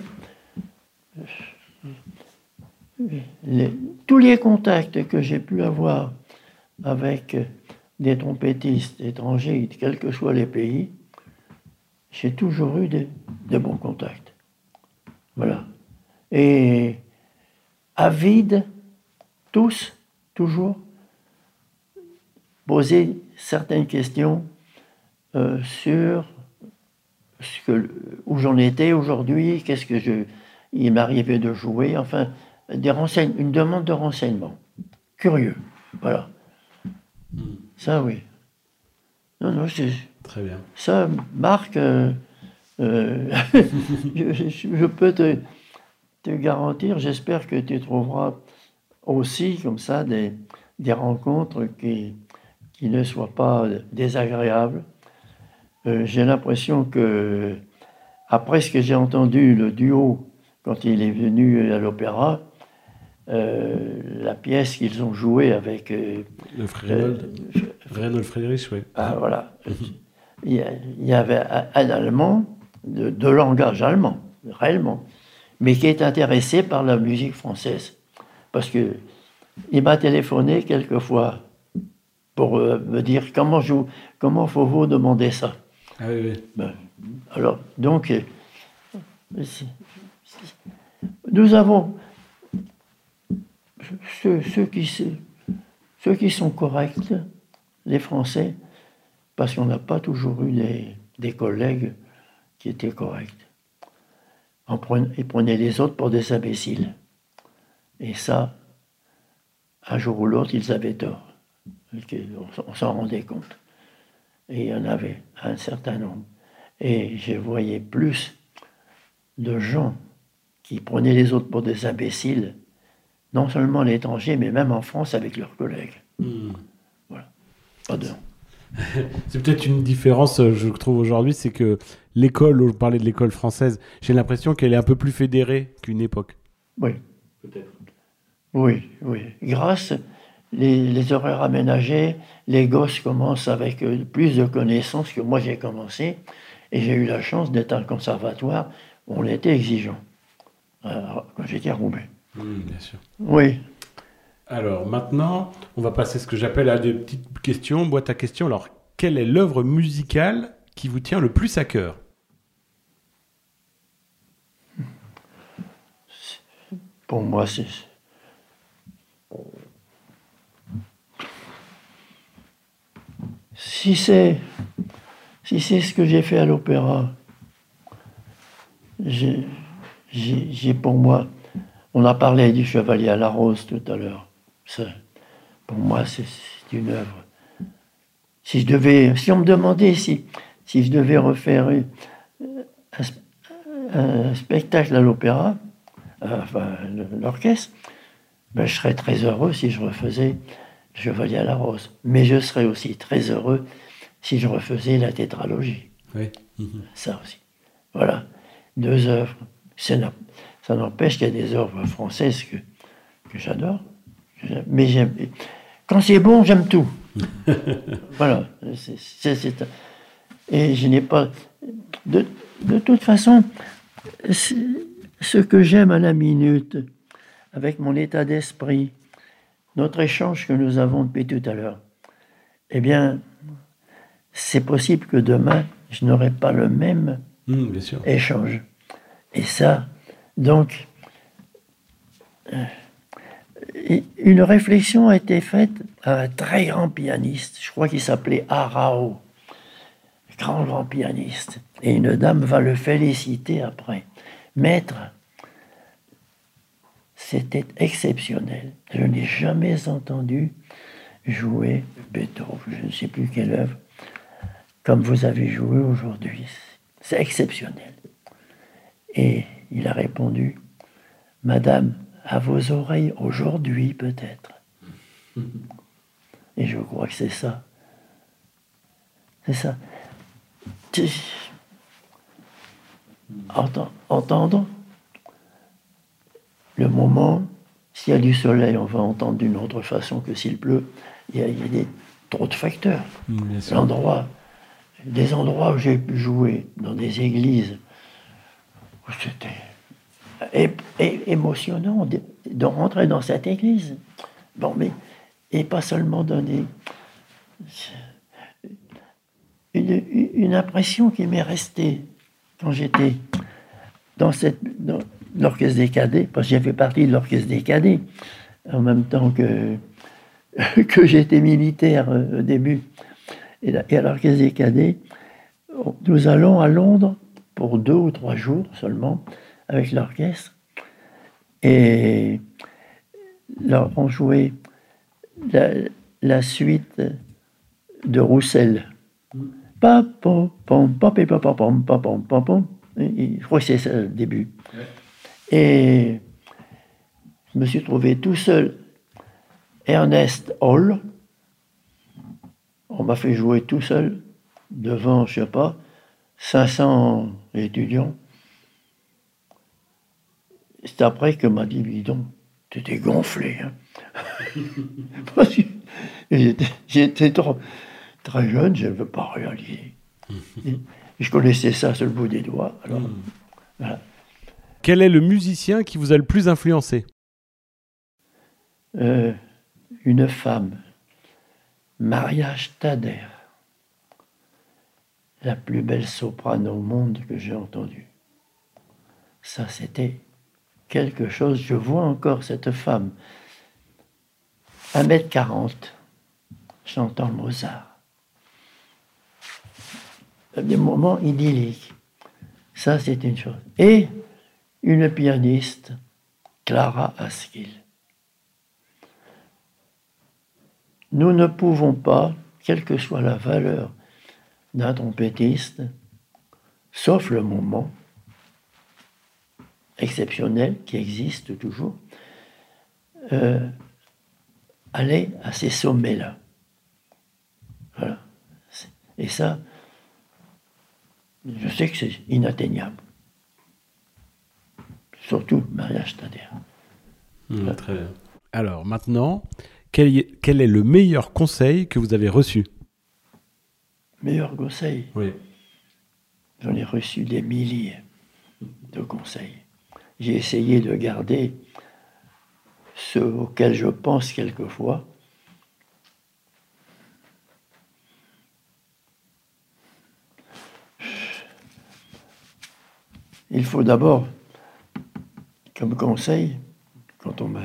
Speaker 2: Tous les contacts que j'ai pu avoir avec des trompettistes étrangers, quels que soient les pays, j'ai toujours eu de bons contacts. Voilà. Et avides, tous, toujours, poser certaines questions sur où j'en étais aujourd'hui, il m'arrivait de jouer, enfin, une demande de renseignement. Curieux, voilà. Ça, oui. Non, c'est...
Speaker 1: Très bien.
Speaker 2: Ça, Marc, je peux te garantir, j'espère que tu trouveras aussi, comme ça, des rencontres qui ne soient pas désagréables. J'ai l'impression que, après ce que j'ai entendu, le duo, quand il est venu à l'opéra, la pièce qu'ils ont jouée avec...
Speaker 1: le Reinhold Friedrich, oui.
Speaker 2: Ah, voilà. Il y avait un allemand, de langage allemand, réellement. mais qui est intéressé par la musique française. Parce que il m'a téléphoné quelquefois pour me dire comment faut vous demander ça.
Speaker 1: Ah oui, oui.
Speaker 2: Ben, alors, donc, nous avons ceux qui sont corrects, les Français, parce qu'on n'a pas toujours eu des collègues qui étaient corrects. Ils prenaient les autres pour des imbéciles. Et ça, un jour ou l'autre, ils avaient tort. On s'en rendait compte. Et il y en avait un certain nombre. Et je voyais plus de gens qui prenaient les autres pour des imbéciles, non seulement à l'étranger, mais même en France avec leurs collègues. Voilà. Pas de...
Speaker 1: C'est peut-être une différence, je trouve, aujourd'hui, c'est que l'école, où je parlais de l'école française, j'ai l'impression qu'elle est un peu plus fédérée qu'une époque.
Speaker 2: Oui.
Speaker 1: Peut-être.
Speaker 2: Oui. Grâce les horaires aménagés, les gosses commencent avec plus de connaissances que moi j'ai commencé. Et j'ai eu la chance d'être à un conservatoire où on était exigeant. Quand j'étais à Roubaix.
Speaker 1: Bien sûr.
Speaker 2: Oui.
Speaker 1: Alors maintenant, on va passer ce que j'appelle à des petites questions, boîte à questions. Alors, quelle est l'œuvre musicale qui vous tient le plus à cœur?
Speaker 2: Pour moi, c'est... Si c'est ce que j'ai fait à l'opéra, j'ai pour moi... On a parlé du Chevalier à la Rose tout à l'heure. Pour moi, c'est une œuvre. Si on me demandait si je devais refaire un spectacle à l'opéra, enfin l'orchestre, ben, je serais très heureux si je refaisais le Chevalier à la Rose. Mais je serais aussi très heureux si je refaisais la tétralogie.
Speaker 1: Oui.
Speaker 2: Ça aussi. Voilà. 2 œuvres. Ça n'empêche qu'il y a des œuvres françaises que j'adore. Mais quand c'est bon, j'aime tout. Voilà. Et je n'ai pas... De toute façon, ce que j'aime à la minute, avec mon état d'esprit, notre échange que nous avons depuis tout à l'heure, eh bien, c'est possible que demain, je n'aurai pas le même
Speaker 1: bien sûr.
Speaker 2: échange. Et ça, donc, une réflexion a été faite à un très grand pianiste, je crois qu'il s'appelait Arao, grand pianiste. Et une dame va le féliciter après. Maître, c'était exceptionnel. Je n'ai jamais entendu jouer Beethoven, je ne sais plus quelle œuvre, comme vous avez joué aujourd'hui. C'est exceptionnel. Et il a répondu, Madame, à vos oreilles aujourd'hui peut-être. Et je crois que c'est ça. C'est ça. Entendre le moment, s'il y a du soleil, on va entendre d'une autre façon que s'il pleut. Il y a trop de facteurs. Des endroits où j'ai pu jouer, dans des églises, où c'était émotionnant de rentrer dans cette église. Bon, mais, et pas seulement donner une impression qui m'est restée quand j'étais dans l'orchestre des cadets, parce que j'ai fait partie de l'orchestre des cadets, en même temps que j'étais militaire au début. Et à l'orchestre des cadets, nous allons à Londres pour 2 ou 3 jours seulement avec l'orchestre. Et là, on jouait la suite de Roussel. Je crois que c'est ça le début. Et je me suis trouvé tout seul. Ernest Hall, on m'a fait jouer tout seul devant, je ne sais pas, 500 étudiants. C'est après que m'a dit, dis donc, tu étais gonflé. Hein. J'étais très jeune, je ne veux pas réaliser. Je connaissais ça sur le bout des doigts. Alors, voilà.
Speaker 1: Quel est le musicien qui vous a le plus influencé?
Speaker 2: Une femme, Maria Stader, la plus belle soprano au monde que j'ai entendue. Ça, c'était quelque chose. Je vois encore cette femme, 1m40, chantant Mozart. Des moments idylliques. Ça, c'est une chose. Et une pianiste, Clara Askill. Nous ne pouvons pas, quelle que soit la valeur d'un trompettiste, sauf le moment exceptionnel qui existe toujours, aller à ces sommets-là. Voilà. Et ça, je sais que c'est inatteignable. Surtout Maria Stader.
Speaker 1: Très bien. Alors maintenant, quel est le meilleur conseil que vous avez reçu?
Speaker 2: Meilleur conseil?
Speaker 1: Oui.
Speaker 2: J'en ai reçu des milliers de conseils. J'ai essayé de garder ceux auxquels je pense quelquefois. Il faut d'abord, comme conseil, quand on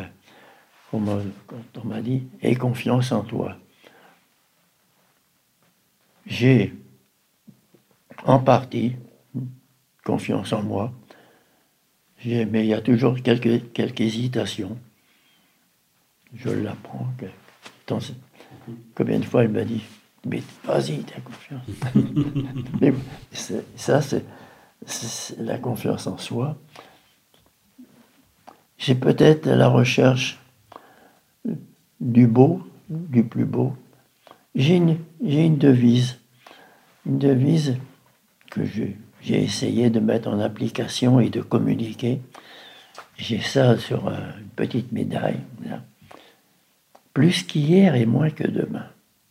Speaker 2: m'a dit « aie confiance en toi ». J'ai en partie confiance en moi, mais il y a toujours quelques hésitations. Je l'apprends. Combien de fois elle m'a dit « mais vas-y, t'as confiance ». Mais ça, c'est la confiance en soi. J'ai peut-être à la recherche du beau, du plus beau. J'ai une devise que j'ai essayé de mettre en application et de communiquer. J'ai ça sur une petite médaille. Là. Plus qu'hier et moins que demain.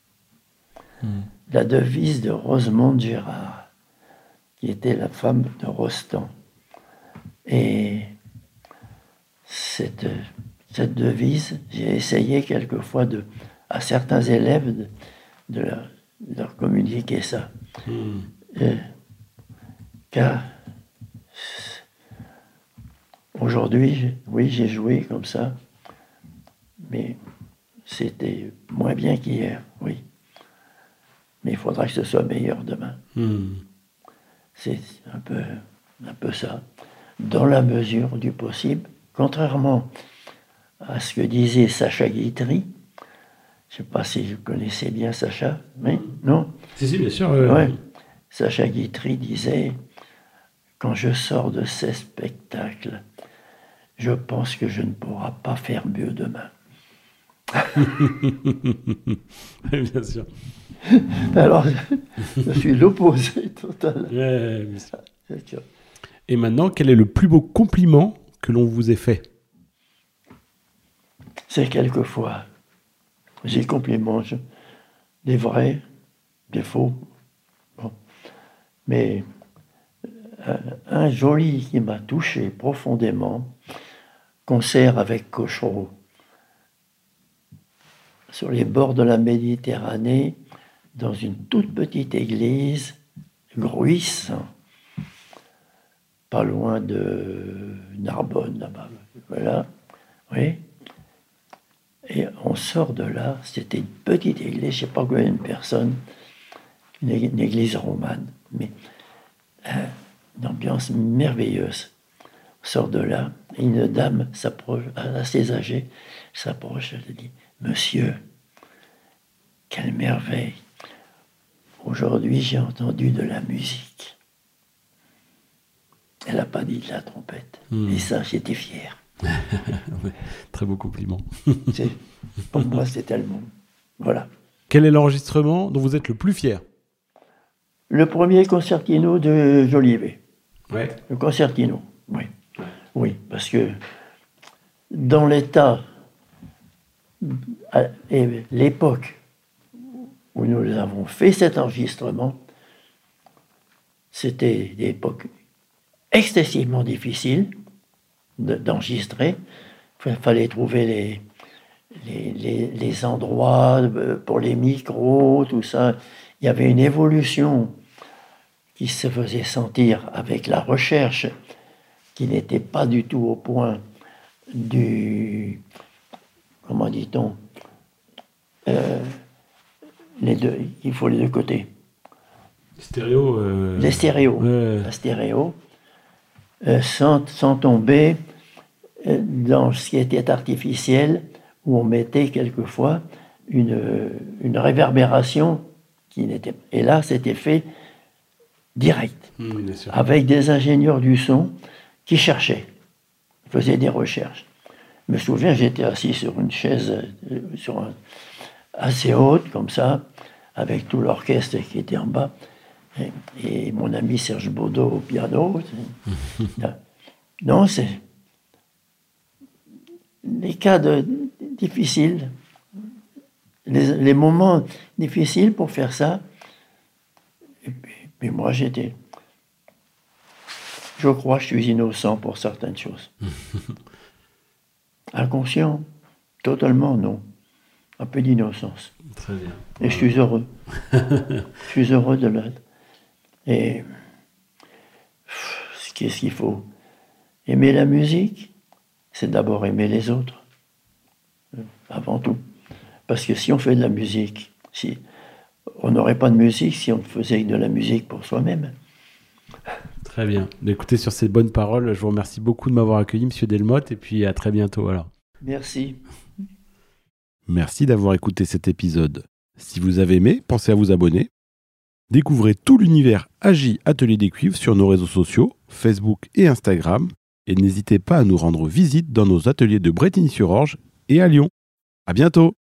Speaker 2: La devise de Rosemonde Gérard, qui était la femme de Rostand. Et cette devise, j'ai essayé quelquefois à certains élèves de leur communiquer ça. Car aujourd'hui, oui, j'ai joué comme ça, mais c'était moins bien qu'hier, oui. Mais il faudra que ce soit meilleur demain. C'est un peu ça, dans la mesure du possible, contrairement à ce que disait Sacha Guitry. Je ne sais pas si vous connaissez bien Sacha, mais non?
Speaker 1: Si, bien sûr.
Speaker 2: Ouais. Sacha Guitry disait « Quand je sors de ces spectacles, je pense que je ne pourrai pas faire mieux demain. »
Speaker 1: Bien sûr.
Speaker 2: Alors, je suis l'opposé total.
Speaker 1: Ouais, bien sûr. Et maintenant, quel est le plus beau compliment que l'on vous ait fait?
Speaker 2: C'est quelquefois des compliments, des vrais, des faux. Bon. Mais un joli qui m'a touché profondément, concert avec Cochereau, sur les bords de la Méditerranée, dans une toute petite église, Gruis, pas loin de Narbonne, là-bas. Voilà, oui. Et on sort de là, c'était une petite église, je ne sais pas combien de personnes, une église romane, mais une ambiance merveilleuse. On sort de là, et une dame s'approche, assez âgée, s'approche, elle dit « Monsieur, quelle merveille! Aujourd'hui, j'ai entendu de la musique. » Elle n'a pas dit de la trompette. Et ça, j'étais fier.
Speaker 1: Ouais, très beau compliment.
Speaker 2: Pour moi, c'est tellement... Voilà.
Speaker 1: Quel est l'enregistrement dont vous êtes le plus fier?
Speaker 2: Le premier concertino de Jolivet.
Speaker 1: Ouais.
Speaker 2: Le concertino, oui. Oui, parce que dans l'état et l'époque où nous avons fait cet enregistrement, c'était des époques excessivement difficiles, d'enregistrer. Il fallait trouver les endroits pour les micros, tout ça. Il y avait une évolution qui se faisait sentir avec la recherche, qui n'était pas du tout au point du... Comment dit-on il faut les deux côtés.
Speaker 1: Stéréo.
Speaker 2: Les stéréos. La stéréo. Sans tomber dans ce qui était artificiel, où on mettait quelquefois une réverbération qui n'était... Et là, c'était fait direct, avec des ingénieurs du son qui cherchaient, faisaient des recherches. Je me souviens, j'étais assis sur une chaise assez haute, comme ça, avec tout l'orchestre qui était en bas, et mon ami Serge Baudot au piano. Non, c'est les cas difficiles, les moments difficiles pour faire ça. Et puis moi, je crois que je suis innocent pour certaines choses. Inconscient, totalement non. Un peu d'innocence.
Speaker 1: Très bien.
Speaker 2: Et je suis heureux. Je suis heureux de l'être. Et qu'est-ce qu'il faut? Aimer la musique, c'est d'abord aimer les autres. Avant tout. Parce que si on fait de la musique, on n'aurait pas de musique si on faisait de la musique pour soi-même.
Speaker 1: Très bien. Écoutez, sur ces bonnes paroles, je vous remercie beaucoup de m'avoir accueilli, Monsieur Delmotte, et puis à très bientôt alors.
Speaker 2: Merci.
Speaker 1: Merci d'avoir écouté cet épisode. Si vous avez aimé, pensez à vous abonner. Découvrez tout l'univers AJ Atelier des Cuivres sur nos réseaux sociaux, Facebook et Instagram, et n'hésitez pas à nous rendre visite dans nos ateliers de Brétigny-sur-Orge et à Lyon. À bientôt!